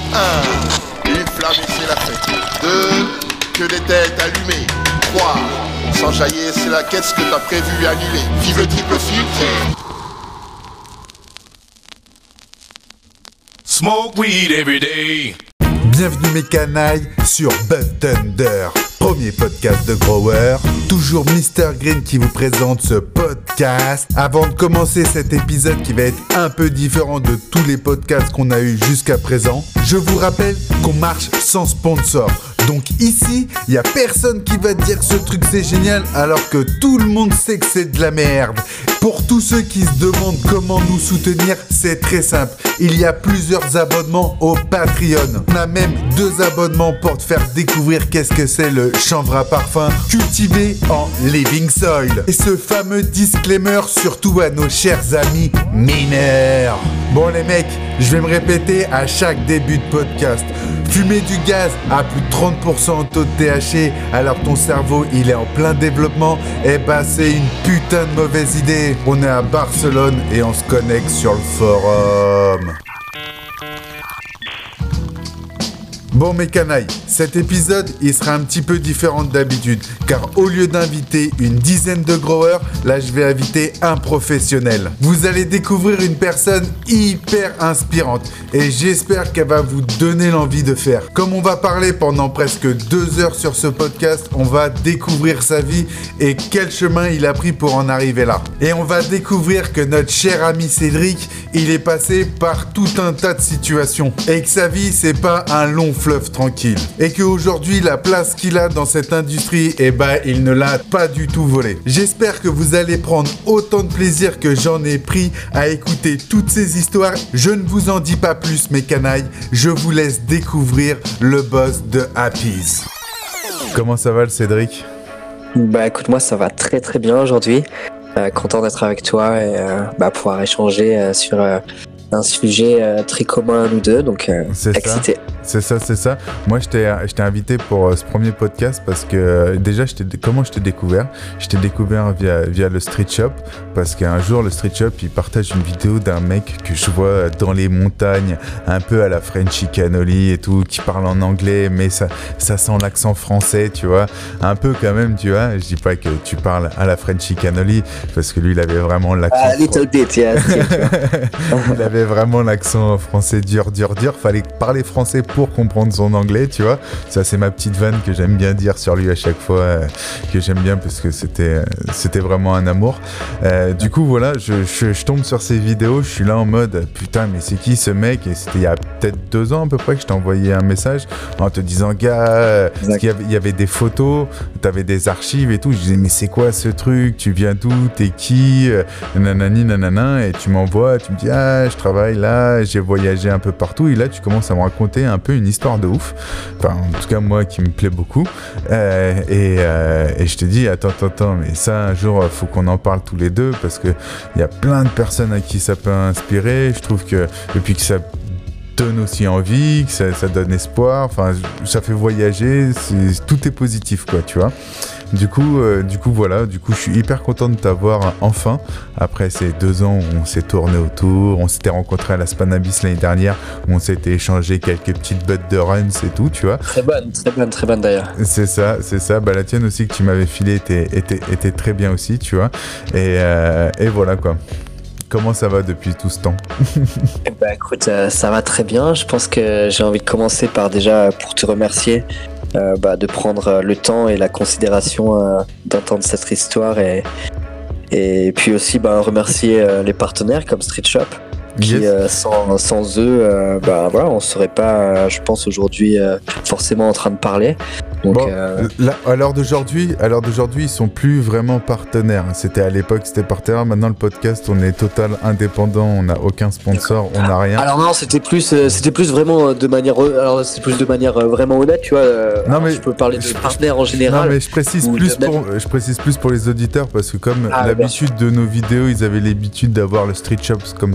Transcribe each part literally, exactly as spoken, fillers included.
un. Une flamme et c'est la fête. deux. Que des têtes allumées. trois. Sans jaillir, c'est la caisse que t'as prévu annuler. Vive le triple filtre. Smoke weed every day. Bienvenue mes canailles sur Bud Thunder, premier podcast de Grower. Toujours mister Green qui vous présente ce podcast. Avant de commencer cet épisode qui va être un peu différent de tous les podcasts qu'on a eu jusqu'à présent, je vous rappelle qu'on marche sans sponsor. Donc ici, il n'y a personne qui va te dire que ce truc c'est génial alors que tout le monde sait que c'est de la merde. Pour tous ceux qui se demandent comment nous soutenir, c'est très simple. Il y a plusieurs abonnements au Patreon. On a même deux abonnements pour te faire découvrir qu'est-ce que c'est le chanvre à parfum cultivé en living soil. Et ce fameux disclaimer surtout à nos chers amis mineurs. Bon les mecs, je vais me répéter à chaque début de podcast. Fumer du gaz à plus de trente pour cent en taux de T H C alors que ton cerveau il est en plein développement, eh bah c'est une putain de mauvaise idée. On est à Barcelone et on se connecte sur le forum. Bon mes canailles, cet épisode il sera un petit peu différent de d'habitude car au lieu d'inviter une dizaine de growers, là je vais inviter un professionnel. Vous allez découvrir une personne hyper inspirante et j'espère qu'elle va vous donner l'envie de faire. Comme on va parler pendant presque deux heures sur ce podcast, on va découvrir sa vie et quel chemin il a pris pour en arriver là. Et on va découvrir que notre cher ami Cédric, il est passé par tout un tas de situations et que sa vie c'est pas un long fleuve tranquille. Et qu'aujourd'hui, la place qu'il a dans cette industrie, eh ben, il ne l'a pas du tout volée. J'espère que vous allez prendre autant de plaisir que j'en ai pris à écouter toutes ces histoires. Je ne vous en dis pas plus, mes canailles. Je vous laisse découvrir le boss de Happy's. Comment ça va, le Cédric ? Bah écoute, moi ça va très très bien aujourd'hui. Euh, content d'être avec toi et euh, bah, pouvoir échanger euh, sur euh, un sujet euh, très commun à nous deux, donc euh, c'est excité. Ça. C'est ça, c'est ça. Moi, je t'ai, je t'ai invité pour euh, ce premier podcast parce que euh, déjà, je t'ai, comment je t'ai découvert ? Je t'ai découvert via, via le Street Shop parce qu'un jour, le Street Shop, il partage une vidéo d'un mec que je vois dans les montagnes, un peu à la Frenchy Cannoli et tout, qui parle en anglais, mais ça, ça sent l'accent français, tu vois. Un peu quand même, tu vois. Je dis pas que tu parles à la Frenchy Cannoli parce que lui, il avait vraiment l'accent... A little bit, yeah. Il avait vraiment l'accent français dur, dur, dur. Fallait parler français pour comprendre son anglais, tu vois. Ça, c'est ma petite vanne que j'aime bien dire sur lui à chaque fois, euh, que j'aime bien parce que c'était, euh, c'était vraiment un amour. Euh, du coup, voilà, je, je, je tombe sur ces vidéos, je suis là en mode, putain, mais c'est qui ce mec ? Et c'était il y a peut-être deux ans à peu près que je t'ai envoyé un message en te disant, gars, euh, parce qu'il y avait, il y avait des photos, t'avais des archives et tout. Je disais, mais c'est quoi ce truc ? Tu viens d'où ? T'es qui ? Nanani, nanana. Et tu m'envoies, tu me dis, ah, je travaille là, j'ai voyagé un peu partout. Et là, tu commences à me raconter un peu une histoire de ouf, enfin en tout cas moi qui me plaît beaucoup, euh, et, euh, et je te dis attends attends attends mais ça un jour faut qu'on en parle tous les deux parce que il y a plein de personnes à qui ça peut inspirer, je trouve que et puis que ça donne aussi envie, que ça, ça donne espoir, enfin ça fait voyager, c'est, tout est positif quoi, tu vois. Du coup, euh, du coup voilà, du coup je suis hyper content de t'avoir enfin, après ces deux ans où on s'est tourné autour, on s'était rencontrés à la Spanabis l'année dernière, où on s'était échangé quelques petites butts de runs et tout, tu vois. Très bonne, très bonne, très bonne d'ailleurs. C'est ça, c'est ça, bah la tienne aussi que tu m'avais filée était, était, était très bien aussi, tu vois, et, euh, et voilà quoi. Comment ça va depuis tout ce temps ? Eh ben, écoute, euh, ça va très bien. Je pense que j'ai envie de commencer par déjà pour te remercier euh, bah, de prendre le temps et la considération euh, d'entendre cette histoire et, et puis aussi bah, remercier euh, les partenaires comme Street Shop. Qui, yes. euh, sans, sans eux, euh, bah, voilà, on ne serait pas, euh, je pense, aujourd'hui euh, forcément en train de parler. Donc, bon, euh... là, à l'heure d'aujourd'hui, à l'heure d'aujourd'hui, ils sont plus vraiment partenaires. C'était à l'époque, c'était partenaire. Maintenant, le podcast, on est total indépendant. On n'a aucun sponsor, on n'a rien. Alors non, c'était plus, euh, c'était plus vraiment de manière, alors c'est plus de manière euh, vraiment honnête, tu vois. Euh, non mais je peux parler de je, partenaires en général. Non mais je précise plus de... pour, je précise plus pour les auditeurs parce que comme ah, l'habitude de nos vidéos, ils avaient l'habitude d'avoir le Street Shop comme sponsor.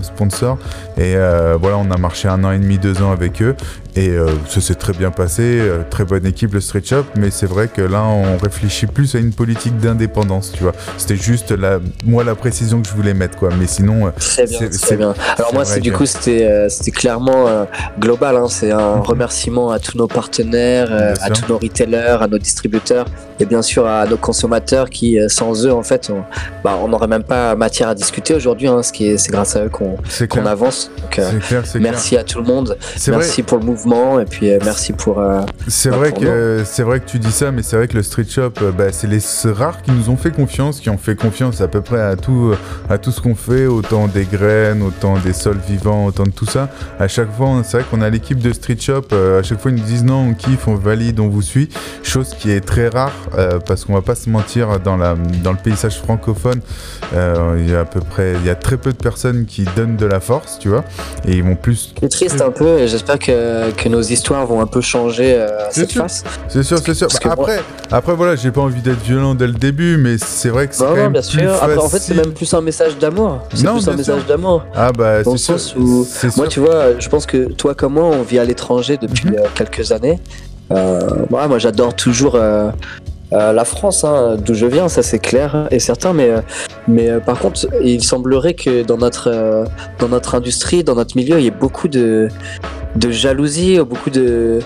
sponsor. Et euh, voilà, on a marché un an et demi, deux ans avec eux. Et euh, ça s'est très bien passé, euh, très bonne équipe le Street Shop, mais c'est vrai que là on réfléchit plus à une politique d'indépendance, tu vois. C'était juste la, moi la précision que je voulais mettre, quoi. Mais sinon, euh, c'est bien, c'est, c'est bien. Alors moi, c'est du que... coup c'était euh, c'était clairement euh, global, hein. C'est un remerciement à tous nos partenaires, euh, à tous nos retailers, à nos distributeurs et bien sûr à nos consommateurs qui, euh, sans eux, en fait, on bah, on n'aurait même pas matière à discuter aujourd'hui, hein, ce qui est c'est grâce à eux qu'on qu'on avance. Donc, euh, c'est clair, c'est merci clair. à tout le monde, c'est merci vrai. pour le mouvement. Et puis euh, merci pour. Euh, c'est bah, vrai pour que c'est vrai que tu dis ça, mais c'est vrai que le Street Shop, euh, bah, c'est les rares qui nous ont fait confiance, qui ont fait confiance à peu près à tout, à tout ce qu'on fait, autant des graines, autant des sols vivants, autant de tout ça. À chaque fois, c'est vrai qu'on a l'équipe de Street Shop. Euh, à chaque fois, ils nous disent non, on kiffe, on valide, on vous suit. Chose qui est très rare euh, parce qu'on va pas se mentir, dans la dans le paysage francophone, euh, il y a à peu près, il y a très peu de personnes qui donnent de la force, tu vois, et ils vont plus. C'est triste un peu, et j'espère que, que nos histoires vont un peu changer euh, cette sûr. face. C'est sûr, c'est sûr. Bah, après, moi... après, voilà, j'ai pas envie d'être violent dès le début, mais c'est vrai que c'est non, quand non, même bien plus sûr. facile. Après, en fait, c'est même plus un message d'amour. C'est non, plus un message sûr. d'amour. Ah bah, dans c'est le sûr. sens où, c'est moi, sûr. tu vois, je pense que toi comme moi, on vit à l'étranger depuis mm-hmm. euh, quelques années. Euh, ouais, moi, j'adore toujours. Euh, Euh, la France, hein, d'où je viens, ça c'est clair et certain, mais, euh, mais euh, par contre, il semblerait que dans notre, euh, dans notre industrie, dans notre milieu, il y ait beaucoup de, de jalousie, beaucoup de,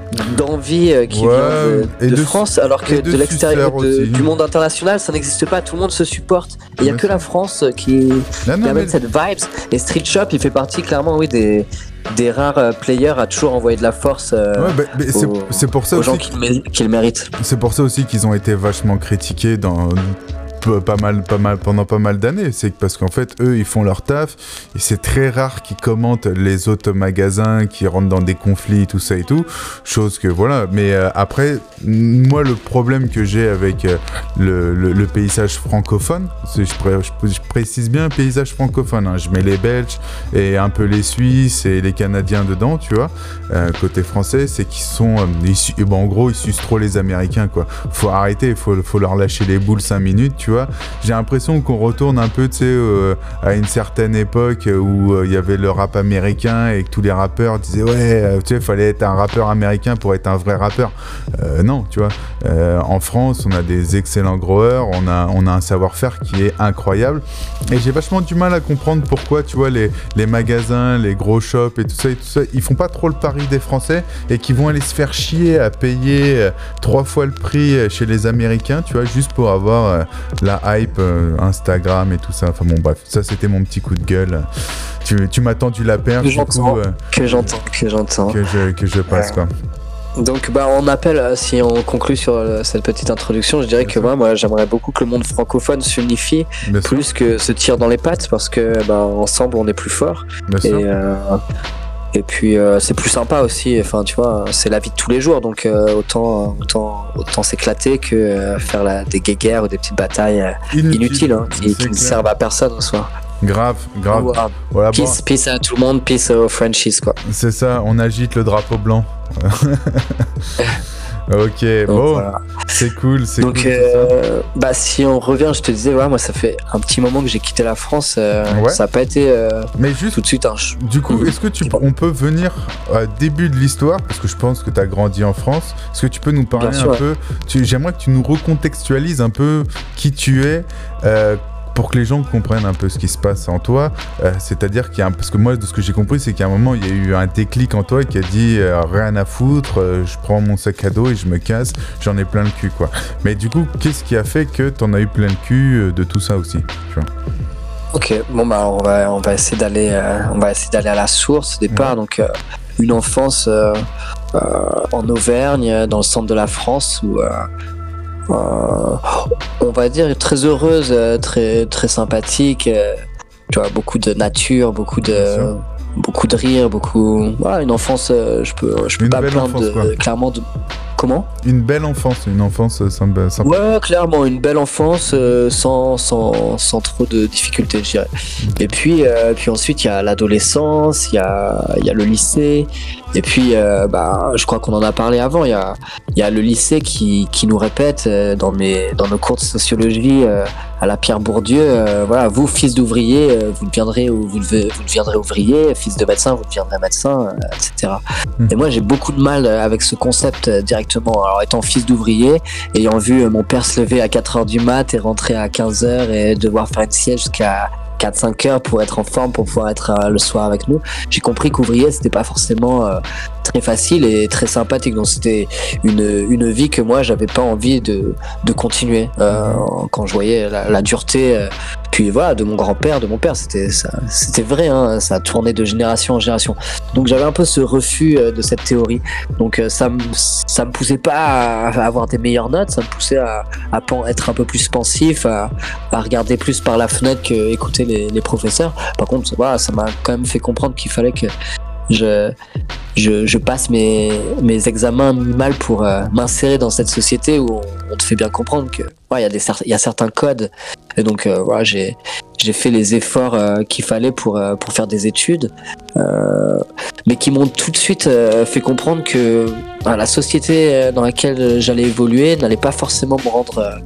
d'envie euh, qui ouais, vient de, de, de France, alors que de, de l'extérieur, de, du monde international, ça n'existe pas, tout le monde se supporte. Il n'y a que la France qui, non, non, qui amène mais... cette vibes, et Street Shop, il fait partie clairement, oui, des... des rares players à toujours envoyer de la force euh, ouais, bah, bah, c'est, aux, c'est pour ça aux aussi gens qui, mé- qui le méritent. C'est pour ça aussi qu'ils ont été vachement critiqués dans pas mal, pas mal, pendant pas mal d'années. C'est parce qu'en fait, eux, ils font leur taf et c'est très rare qu'ils commentent les autres magasins qui rentrent dans des conflits, tout ça et tout. Chose que voilà. Mais euh, après, moi, le problème que j'ai avec euh, le, le, le paysage francophone, c'est, je, pré- je, je précise bien paysage francophone. Hein, je mets les Belges et un peu les Suisses et les Canadiens dedans, tu vois. Euh, côté français, c'est qu'ils sont, euh, ils su- bon, en gros, ils sucent trop les Américains, quoi. Faut arrêter, faut, faut leur lâcher les boules cinq minutes, tu vois. J'ai l'impression qu'on retourne un peu, tu sais, euh, à une certaine époque où il euh, y avait le rap américain et que tous les rappeurs disaient ouais, euh, tu sais, fallait être un rappeur américain pour être un vrai rappeur. Euh, non, tu vois. Euh, en France, on a des excellents growers, on a, on a un savoir-faire qui est incroyable. Et j'ai vachement du mal à comprendre pourquoi, tu vois, les, les magasins, les gros shops et tout ça et tout ça, ils font pas trop le pari des Français et qui vont aller se faire chier à payer euh, trois fois le prix chez les Américains, tu vois, juste pour avoir euh, la hype euh, Instagram et tout ça. Enfin bon, bref, ça c'était mon petit coup de gueule. Tu, tu m'as tendu la perche, que du j'entends, coup, euh, que j'entends, que j'entends, que je, que je passe, quoi. Donc bah on appelle, si on conclut sur euh, cette petite introduction, je dirais Bien que moi, moi j'aimerais beaucoup que le monde francophone s'unifie Bien plus sûr. que se tire dans les pattes parce que bah, ensemble on est plus fort. Bien et, sûr. Euh, et puis euh, c'est plus sympa aussi, enfin tu vois, c'est la vie de tous les jours, donc euh, autant, autant, autant s'éclater que euh, faire la, des guéguerres ou des petites batailles euh, inutiles, inutiles hein, qui, qui ne servent à personne en soi. Grave, grave. Oh, wow. Voilà, peace, bon. peace à tout le monde, peace aux Frenchies quoi. C'est ça, on agite le drapeau blanc. Ok, donc, bon, voilà. C'est cool, c'est donc, cool. Euh, bah si on revient, je te disais, ouais, moi ça fait un petit moment que j'ai quitté la France, euh, ouais. Ça n'a pas été euh, mais juste, tout de suite un ch- Du coup, est-ce que tu, on peut venir au début de l'histoire, parce que je pense que tu as grandi en France, est-ce que tu peux nous parler Bien un sûr, peu, tu, j'aimerais que tu nous recontextualises un peu qui tu es, euh, pour que les gens comprennent un peu ce qui se passe en toi, euh, c'est-à-dire qu'il y a un... parce que moi de ce que j'ai compris c'est qu'à un moment il y a eu un déclic en toi qui a dit euh, rien à foutre, euh, je prends mon sac à dos et je me casse, j'en ai plein le cul quoi. Mais du coup qu'est-ce qui a fait que t'en as eu plein le cul euh, de tout ça aussi, tu vois? Ok, bon bah on va on va essayer d'aller euh, on va essayer d'aller à la source au départ. Ouais. Donc euh, une enfance euh, euh, en Auvergne, dans le centre de la France où euh, Euh, on va dire très heureuse, très très sympathique, euh, tu vois, beaucoup de nature, beaucoup de beaucoup de rire, beaucoup voilà, une enfance euh, je peux je peux une pas me plaindre enfance, de, quoi. clairement de comment une belle enfance, une enfance sympa, sympa. Ouais, clairement une belle enfance euh, sans sans sans trop de difficultés, je dirais. Okay. Et puis euh, puis ensuite il y a l'adolescence, il y a il y a le lycée. Et puis, euh, bah, je crois qu'on en a parlé avant. Il y a, il y a le lycée qui, qui nous répète euh, dans, mes, dans nos cours de sociologie euh, à la Pierre Bourdieu, euh, voilà, vous, fils d'ouvrier, euh, vous deviendrez ou vous, vous deviendrez ouvrier, fils de médecin, vous deviendrez médecin, euh, et cetera. Mmh. Et moi, j'ai beaucoup de mal avec ce concept euh, directement. Alors, étant fils d'ouvrier, ayant vu euh, mon père se lever à quatre heures du mat et rentrer à quinze heures et devoir faire une sieste jusqu'à quatre cinq heures pour être en forme, pour pouvoir être euh, le soir avec nous, j'ai compris qu'ouvrier, c'était pas forcément euh, très facile et très sympathique. Donc c'était une, une vie que moi, j'avais pas envie de, de continuer. Euh, quand je voyais la, la dureté, euh, puis voilà, de mon grand-père, de mon père, c'était, ça, c'était vrai, hein, ça a tourné de génération en génération. Donc j'avais un peu ce refus euh, de cette théorie. Donc euh, ça me ça me poussait pas à, à avoir des meilleures notes, ça me poussait à, à être un peu plus pensif, à, à regarder plus par la fenêtre que écouter les, les professeurs. Par contre, voilà, ça m'a quand même fait comprendre qu'il fallait que je, je, je passe mes, mes examens minimales pour euh, m'insérer dans cette société où on, on te fait bien comprendre que ouais, y a des il y a certains codes. Et donc euh, voilà, j'ai j'ai fait les efforts euh, qu'il fallait pour euh, pour faire des études, euh, mais qui m'ont tout de suite euh, fait comprendre que euh, la société dans laquelle j'allais évoluer n'allait pas forcément me rendre euh,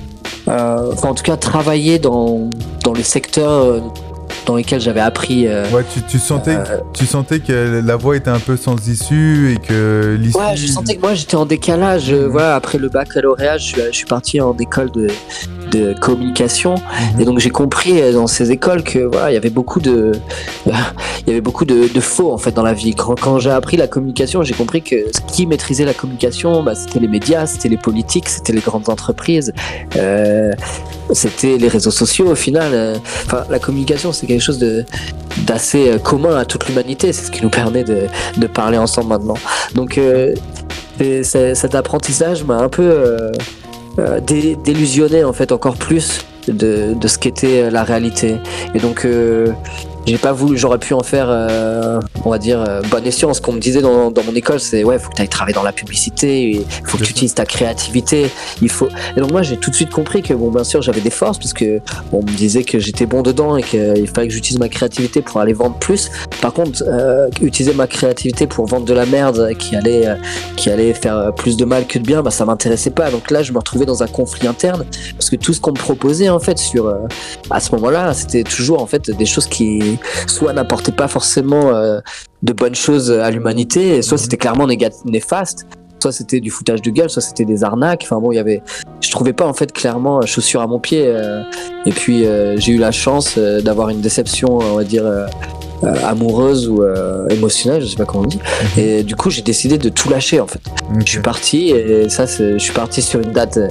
euh, enfin en tout cas travailler dans dans le secteur euh, dans lesquels j'avais appris. Euh, ouais, tu, tu sentais, euh, tu sentais que la voie était un peu sans issue et que l'issue. Ouais, je sentais que moi j'étais en décalage. Mmh. Voilà, après le baccalauréat, je suis, je suis parti en école de, de communication mmh. et donc j'ai compris dans ces écoles que voilà, il y avait beaucoup de, il y avait beaucoup de, de faux en fait dans la vie. Quand, quand j'ai appris la communication, j'ai compris que ce qui maîtrisait la communication, bah, c'était les médias, c'était les politiques, c'était les grandes entreprises. Euh, C'était les réseaux sociaux au final. Enfin, la communication, c'est quelque chose de, d'assez commun à toute l'humanité. C'est ce qui nous permet de, de parler ensemble maintenant. Donc, euh, et cet apprentissage m'a un peu euh, euh, dé, délusionné en fait encore plus de, de ce qu'était la réalité. Et donc, euh, j'ai pas voulu, j'aurais pu en faire, euh, on va dire, euh, bon escient. Ce qu'on me disait dans, dans mon école, c'est ouais, faut que tu ailles travailler dans la publicité, il faut que tu utilises ta créativité. Il faut. Et donc moi, j'ai tout de suite compris que bon, bien sûr, j'avais des forces parce que bon, on me disait que j'étais bon dedans et qu'il fallait que j'utilise ma créativité pour aller vendre plus. Par contre, euh, utiliser ma créativité pour vendre de la merde qui allait, euh, qui allait faire plus de mal que de bien, bah ça m'intéressait pas. Donc là, je me retrouvais dans un conflit interne parce que tout ce qu'on me proposait en fait sur, euh, à ce moment-là, c'était toujours en fait des choses qui soit n'apportait pas forcément euh, de bonnes choses à l'humanité, soit c'était clairement négat- néfaste, soit c'était du foutage de gueule, soit c'était des arnaques. Enfin bon, il y avait, je trouvais pas en fait clairement chaussure à mon pied. Euh, et puis euh, j'ai eu la chance euh, d'avoir une déception, on va dire. Euh, Euh, amoureuse ou euh, émotionnelle, je sais pas comment on dit. Mm-hmm. Et du coup, j'ai décidé de tout lâcher en fait. Okay. Je suis parti et ça, c'est, je suis parti sur une date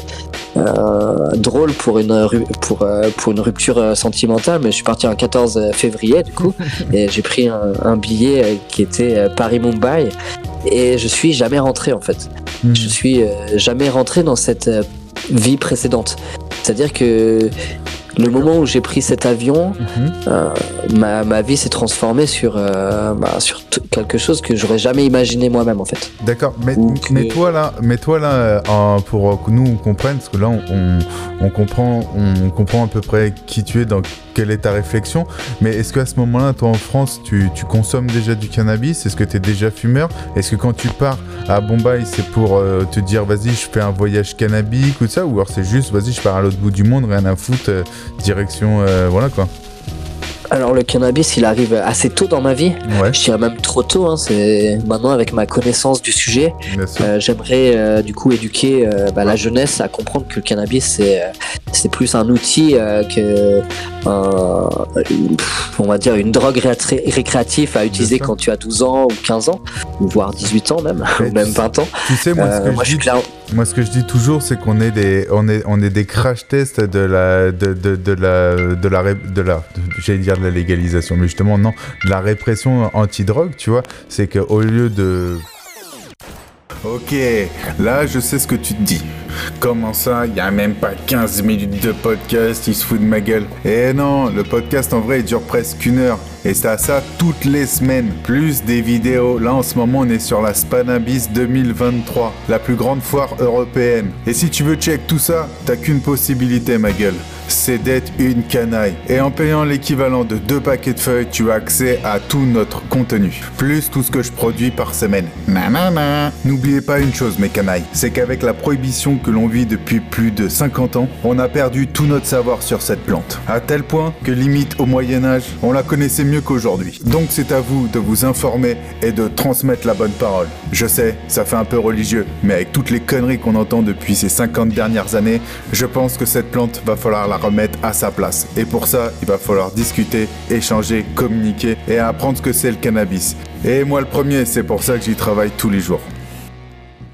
euh, drôle pour une pour euh, pour une rupture sentimentale, mais je suis parti un quatorze février du coup et j'ai pris un, un billet qui était Paris-Mumbai et je suis jamais rentré en fait. Mm-hmm. Je suis euh, jamais rentré dans cette euh, vie précédente. C'est-à-dire que le moment où j'ai pris cet avion, mmh. euh, ma, ma vie s'est transformée sur, euh, bah, sur t- quelque chose que j'aurais jamais imaginé moi-même en fait. D'accord, mais, Donc, mais toi là, mais toi là euh, pour que nous on comprenne, parce que là on, on, on, comprend, on comprend à peu près qui tu es, dans quelle est ta réflexion, mais est-ce qu'à ce moment-là, toi en France, tu, tu consommes déjà du cannabis? Est-ce que tu es déjà fumeur? Est-ce que quand tu pars à Bombay, c'est pour euh, te dire vas-y je fais un voyage cannabique ou ça, ou alors c'est juste vas-y je pars à l'autre bout du monde, rien à foutre, euh, direction, euh, voilà quoi. Alors le cannabis, il arrive assez tôt dans ma vie. Ouais. Je dirais même trop tôt. Hein. C'est maintenant avec ma connaissance du sujet, euh, j'aimerais euh, du coup éduquer euh, bah, la jeunesse à comprendre que le cannabis c'est c'est plus un outil euh, que euh, on va dire une drogue ré- récréative à utiliser quand tu as douze ans ou quinze ans ou voire dix-huit ans même ou même vingt ans. Tu sais moi ce que euh, je moi, dis. Je clair... Moi, ce que je dis toujours, c'est qu'on est des, on est, on est des crash tests de la, de, de, de la, de la, de la, j'allais dire de la légalisation, mais justement non, de la répression anti-drogue, tu vois. C'est qu'au lieu de, ok, là, je sais ce que tu te dis. Comment ça, il y a même pas quinze minutes de podcast, il se fout de ma gueule. Eh non, le podcast en vrai il dure presque une heure. Et c'est à ça toutes les semaines, plus des vidéos. Là en ce moment on est sur la Spanabis deux mille vingt-trois, la plus grande foire européenne. Et si tu veux check tout ça, t'as qu'une possibilité ma gueule, c'est d'être une canaille. Et en payant l'équivalent de deux paquets de feuilles, tu as accès à tout notre contenu, plus tout ce que je produis par semaine. Nanana. N'oubliez pas une chose mes canailles, c'est qu'avec la prohibition que l'on vit depuis plus de cinquante ans, on a perdu tout notre savoir sur cette plante. À tel point que limite au Moyen-Âge, on la connaissait mieux qu'aujourd'hui. Donc c'est à vous de vous informer et de transmettre la bonne parole. Je sais, ça fait un peu religieux, mais avec toutes les conneries qu'on entend depuis ces cinquante dernières années, je pense que cette plante va falloir la remettre à sa place. Et pour ça, il va falloir discuter, échanger, communiquer et apprendre ce que c'est le cannabis. Et moi le premier, c'est pour ça que j'y travaille tous les jours.